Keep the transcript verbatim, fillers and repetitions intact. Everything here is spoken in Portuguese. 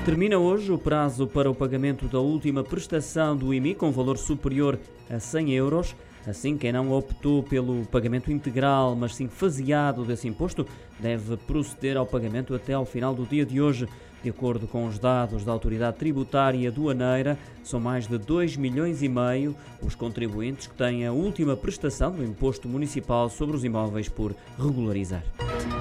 Termina hoje o prazo para o pagamento da última prestação do I M I com valor superior a cem euros. Assim, quem não optou pelo pagamento integral, mas sim faseado desse imposto, deve proceder ao pagamento até ao final do dia de hoje. De acordo com os dados da Autoridade Tributária e Aduaneira, são mais de dois milhões e meio os contribuintes que têm a última prestação do imposto municipal sobre os imóveis por regularizar.